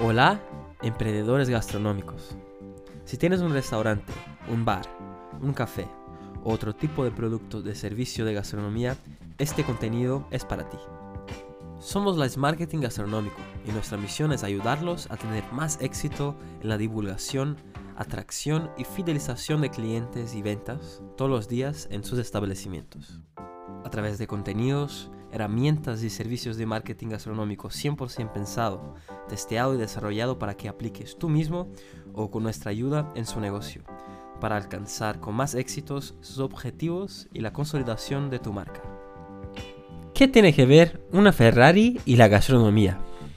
Hola, emprendedores gastronómicos. Si tienes un restaurante, un bar, un café o otro tipo de producto de servicio de gastronomía, este contenido es para ti. Somos Live Marketing Gastronómico y nuestra misión es ayudarlos a tener más éxito en la divulgación, atracción y fidelización de clientes y ventas todos los días en sus establecimientos. A través de contenidos, herramientas y servicios de marketing gastronómico 100% pensado, testeado y desarrollado para que apliques tú mismo o con nuestra ayuda en su negocio, para alcanzar con más éxitos sus objetivos y la consolidación de tu marca. ¿Qué tiene que ver una Ferrari y la gastronomía?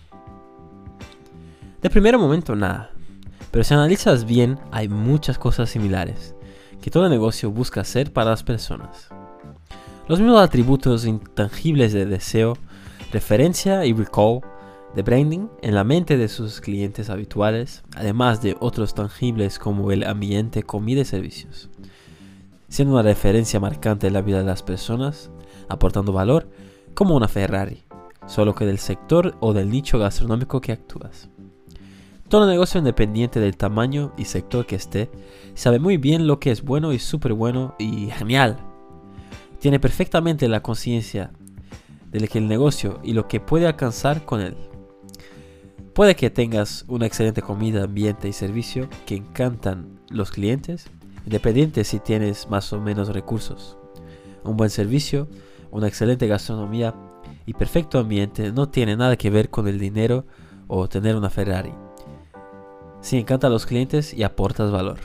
De primer momento nada, pero si analizas bien hay muchas cosas similares que todo negocio busca hacer para las personas. Los mismos atributos intangibles de deseo, referencia y recall de branding en la mente de sus clientes habituales, además de otros tangibles como el ambiente, comida y servicios, siendo una referencia marcante en la vida de las personas, aportando valor como una Ferrari, solo que del sector o del nicho gastronómico que actúas. Todo negocio, independiente del tamaño y sector que esté, sabe muy bien lo que es bueno y súper bueno y genial. Tiene perfectamente la conciencia de que el negocio y lo que puede alcanzar con él. Puede que tengas una excelente comida, ambiente y servicio que encantan los clientes, independiente si tienes más o menos recursos. Un buen servicio, una excelente gastronomía y perfecto ambiente no tiene nada que ver con el dinero o tener una Ferrari. Si encanta a los clientes y aportas valor.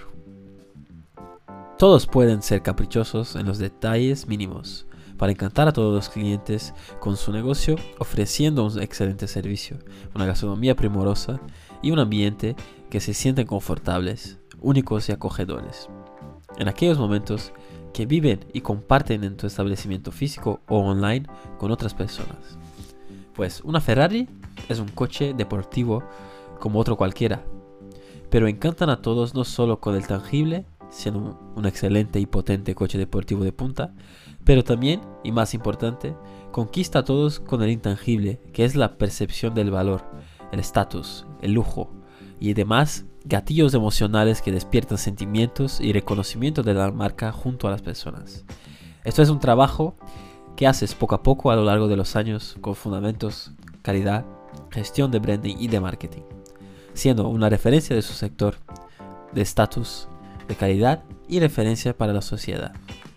Todos pueden ser caprichosos en los detalles mínimos para encantar a todos los clientes con su negocio, ofreciendo un excelente servicio, una gastronomía primorosa y un ambiente que se sienten confortables, únicos y acogedores. En aquellos momentos que viven y comparten en tu establecimiento físico o online con otras personas. Pues una Ferrari es un coche deportivo como otro cualquiera, pero encantan a todos no solo con el tangible, siendo un excelente y potente coche deportivo de punta, pero también, y más importante, conquista a todos con el intangible, que es la percepción del valor, el estatus, el lujo y demás gatillos emocionales que despiertan sentimientos y reconocimiento de la marca junto a las personas. Esto es un trabajo que haces poco a poco a lo largo de los años con fundamentos, calidad, gestión de branding y de marketing, siendo una referencia de su sector, de estatus, de calidad y referencia para la sociedad.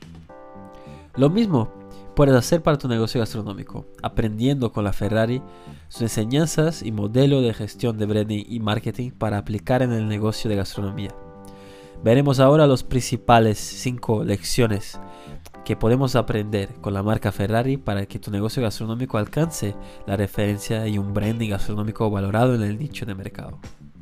Lo mismo puedes hacer para tu negocio gastronómico, aprendiendo con la Ferrari sus enseñanzas y modelo de gestión de branding y marketing para aplicar en el negocio de gastronomía. Veremos ahora las principales 5 lecciones que podemos aprender con la marca Ferrari para que tu negocio gastronómico alcance la referencia y un branding gastronómico valorado en el nicho de mercado.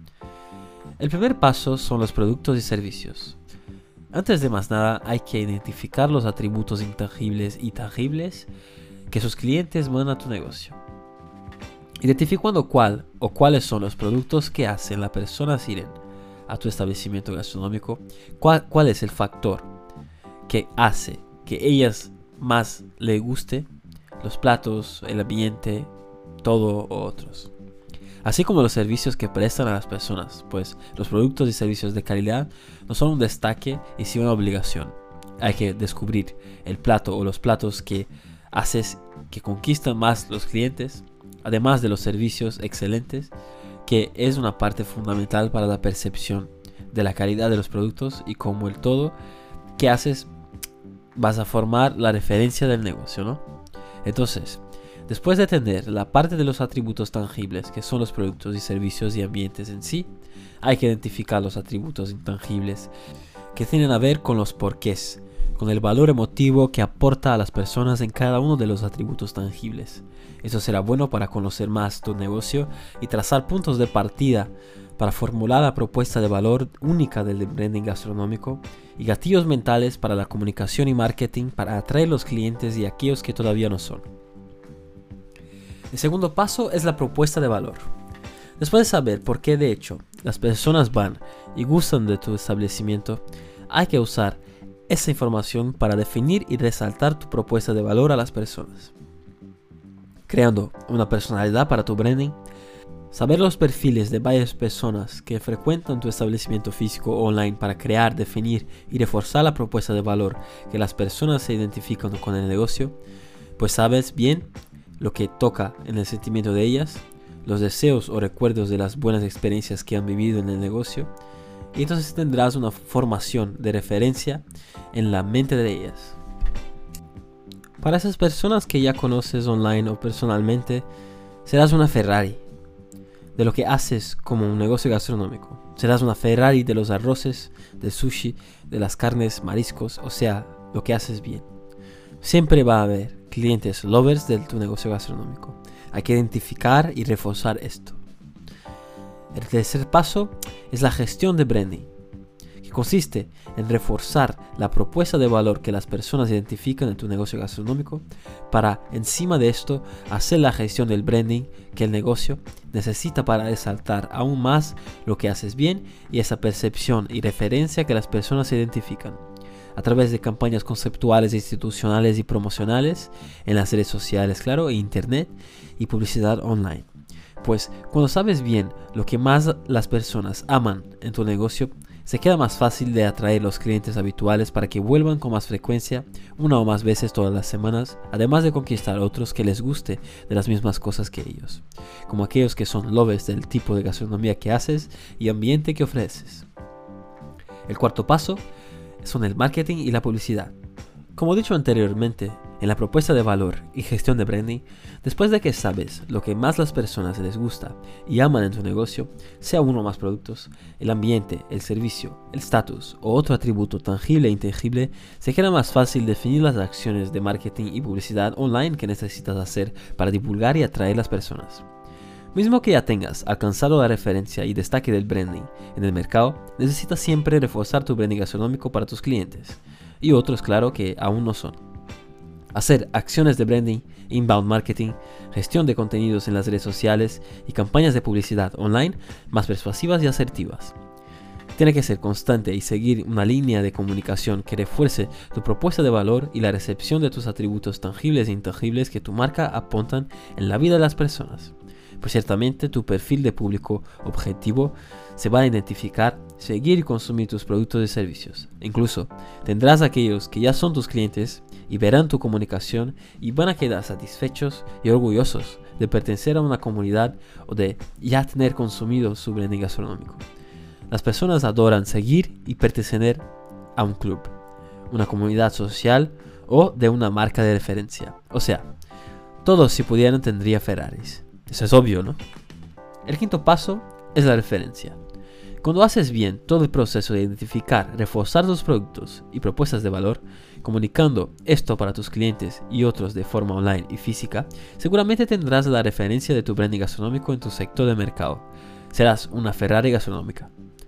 El primer paso son los productos y servicios. Antes de más nada, hay que identificar los atributos intangibles y tangibles que sus clientes mandan a tu negocio. Identificando cuál o cuáles son los productos que hacen las personas ir a tu establecimiento gastronómico, cuál es el factor que hace que ellas más les guste, los platos, el ambiente, todo o otros. Así como los servicios que prestan a las personas, pues los productos y servicios de calidad no son un destaque y sí una obligación. Hay que descubrir el plato o los platos que haces que conquistan más los clientes, además de los servicios excelentes, que es una parte fundamental para la percepción de la calidad de los productos y como el todo que haces vas a formar la referencia del negocio, ¿no? Entonces, después de entender la parte de los atributos tangibles, que son los productos y servicios y ambientes en sí, hay que identificar los atributos intangibles que tienen a ver con los porqués, con el valor emotivo que aporta a las personas en cada uno de los atributos tangibles. Eso será bueno para conocer más tu negocio y trazar puntos de partida para formular la propuesta de valor única del branding gastronómico y gatillos mentales para la comunicación y marketing para atraer los clientes y aquellos que todavía no son. El segundo paso es la propuesta de valor. Después de saber por qué de hecho las personas van y gustan de tu establecimiento, hay que usar esa información para definir y resaltar tu propuesta de valor a las personas. Creando una personalidad para tu branding, Saber los perfiles de varias personas que frecuentan tu establecimiento físico o online para crear, definir y reforzar la propuesta de valor que las personas se identifican con el negocio, pues sabes bien lo que toca en el sentimiento de ellas, los deseos o recuerdos de las buenas experiencias que han vivido en el negocio, y entonces tendrás una formación de referencia en la mente de ellas. Para esas personas que ya conoces online o personalmente, serás una Ferrari de lo que haces como un negocio gastronómico. Serás una Ferrari de los arroces, del sushi, de las carnes, mariscos, o sea, lo que haces bien. Siempre va a haber clientes lovers de tu negocio gastronómico. Hay que identificar y reforzar esto. El tercer paso es la gestión de branding, que consiste en reforzar la propuesta de valor que las personas identifican en tu negocio gastronómico para, encima de esto, hacer la gestión del branding que el negocio necesita para resaltar aún más lo que haces bien y esa percepción y referencia que las personas identifican, a través de campañas conceptuales, institucionales y promocionales en las redes sociales, claro, e internet y publicidad online. Pues cuando sabes bien lo que más las personas aman en tu negocio, se queda más fácil de atraer los clientes habituales para que vuelvan con más frecuencia, una o más veces todas las semanas, además de conquistar otros que les guste de las mismas cosas que ellos, como aquellos que son lovers del tipo de gastronomía que haces y ambiente que ofreces. El cuarto paso son el marketing y la publicidad. Como dicho anteriormente, en la propuesta de valor y gestión de branding, después de que sabes lo que más las personas les gusta y aman en tu negocio, sea uno o más productos, el ambiente, el servicio, el estatus o otro atributo tangible e intangible, se queda más fácil definir las acciones de marketing y publicidad online que necesitas hacer para divulgar y atraer las personas. Mismo que ya tengas alcanzado la referencia y destaque del branding en el mercado, necesitas siempre reforzar tu branding gastronómico para tus clientes, y otros claro que aún no son. Hacer acciones de branding, inbound marketing, gestión de contenidos en las redes sociales y campañas de publicidad online más persuasivas y asertivas. Tiene que ser constante y seguir una línea de comunicación que refuerce tu propuesta de valor y la recepción de tus atributos tangibles e intangibles que tu marca apuntan en la vida de las personas. Pues ciertamente tu perfil de público objetivo se va a identificar, seguir y consumir tus productos y servicios. Incluso tendrás aquellos que ya son tus clientes y verán tu comunicación y van a quedar satisfechos y orgullosos de pertenecer a una comunidad o de ya tener consumido su branding gastronómico. Las personas adoran seguir y pertenecer a un club, una comunidad social o de una marca de referencia. O sea, todos si pudieran tendrían Ferraris. Eso es obvio, ¿no? El quinto paso es la referencia. Cuando haces bien todo el proceso de identificar, reforzar tus productos y propuestas de valor, comunicando esto para tus clientes y otros de forma online y física, seguramente tendrás la referencia de tu branding gastronómico en tu sector de mercado. Serás una Ferrari gastronómica.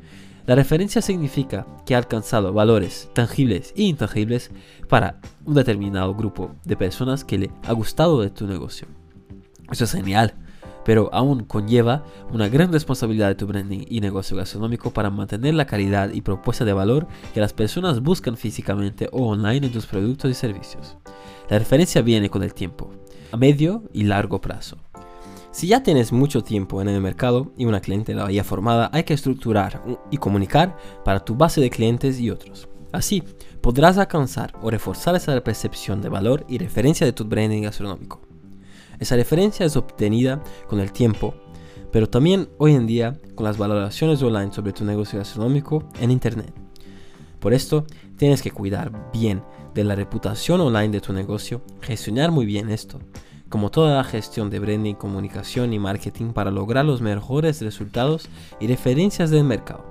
La referencia significa que ha alcanzado valores tangibles e intangibles para un determinado grupo de personas que le ha gustado de tu negocio. Eso es genial, pero aún conlleva una gran responsabilidad de tu branding y negocio gastronómico para mantener la calidad y propuesta de valor que las personas buscan físicamente o online en tus productos y servicios. La referencia viene con el tiempo, a medio y largo plazo. Si ya tienes mucho tiempo en el mercado y una clientela ya formada, hay que estructurar y comunicar para tu base de clientes y otros. Así, podrás alcanzar o reforzar esa percepción de valor y referencia de tu branding gastronómico. Esa referencia es obtenida con el tiempo, pero también hoy en día con las valoraciones online sobre tu negocio gastronómico en internet. Por esto, tienes que cuidar bien de la reputación online de tu negocio, gestionar muy bien esto, como toda la gestión de branding, comunicación y marketing para lograr los mejores resultados y referencias del mercado.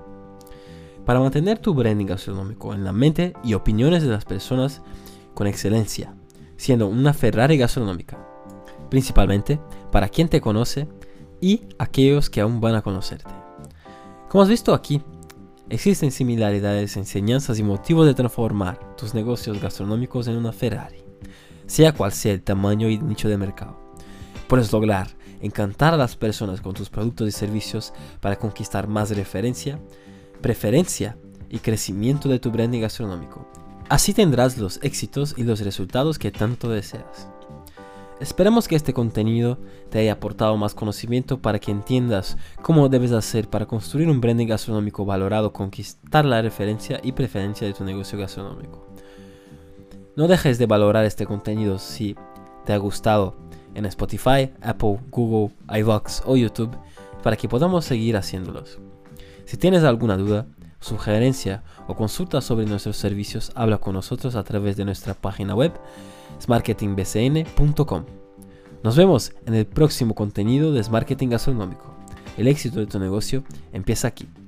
Para mantener tu branding gastronómico en la mente y opiniones de las personas con excelencia, siendo una Ferrari gastronómica, principalmente para quien te conoce y aquellos que aún van a conocerte. Como has visto aquí, existen similaridades, enseñanzas y motivos de transformar tus negocios gastronómicos en una Ferrari, sea cual sea el tamaño y nicho de mercado. Puedes lograr encantar a las personas con tus productos y servicios para conquistar más referencia, preferencia y crecimiento de tu branding gastronómico. Así tendrás los éxitos y los resultados que tanto deseas. Esperamos que este contenido te haya aportado más conocimiento para que entiendas cómo debes hacer para construir un branding gastronómico valorado, conquistar la referencia y preferencia de tu negocio gastronómico. No dejes de valorar este contenido si te ha gustado en Spotify, Apple, Google, iVoox o YouTube para que podamos seguir haciéndolos. Si tienes alguna duda, sugerencia o consulta sobre nuestros servicios, habla con nosotros a través de nuestra página web smartketingbcn.com. Nos vemos en el próximo contenido de Smarketing Gastronómico. El éxito de tu negocio empieza aquí.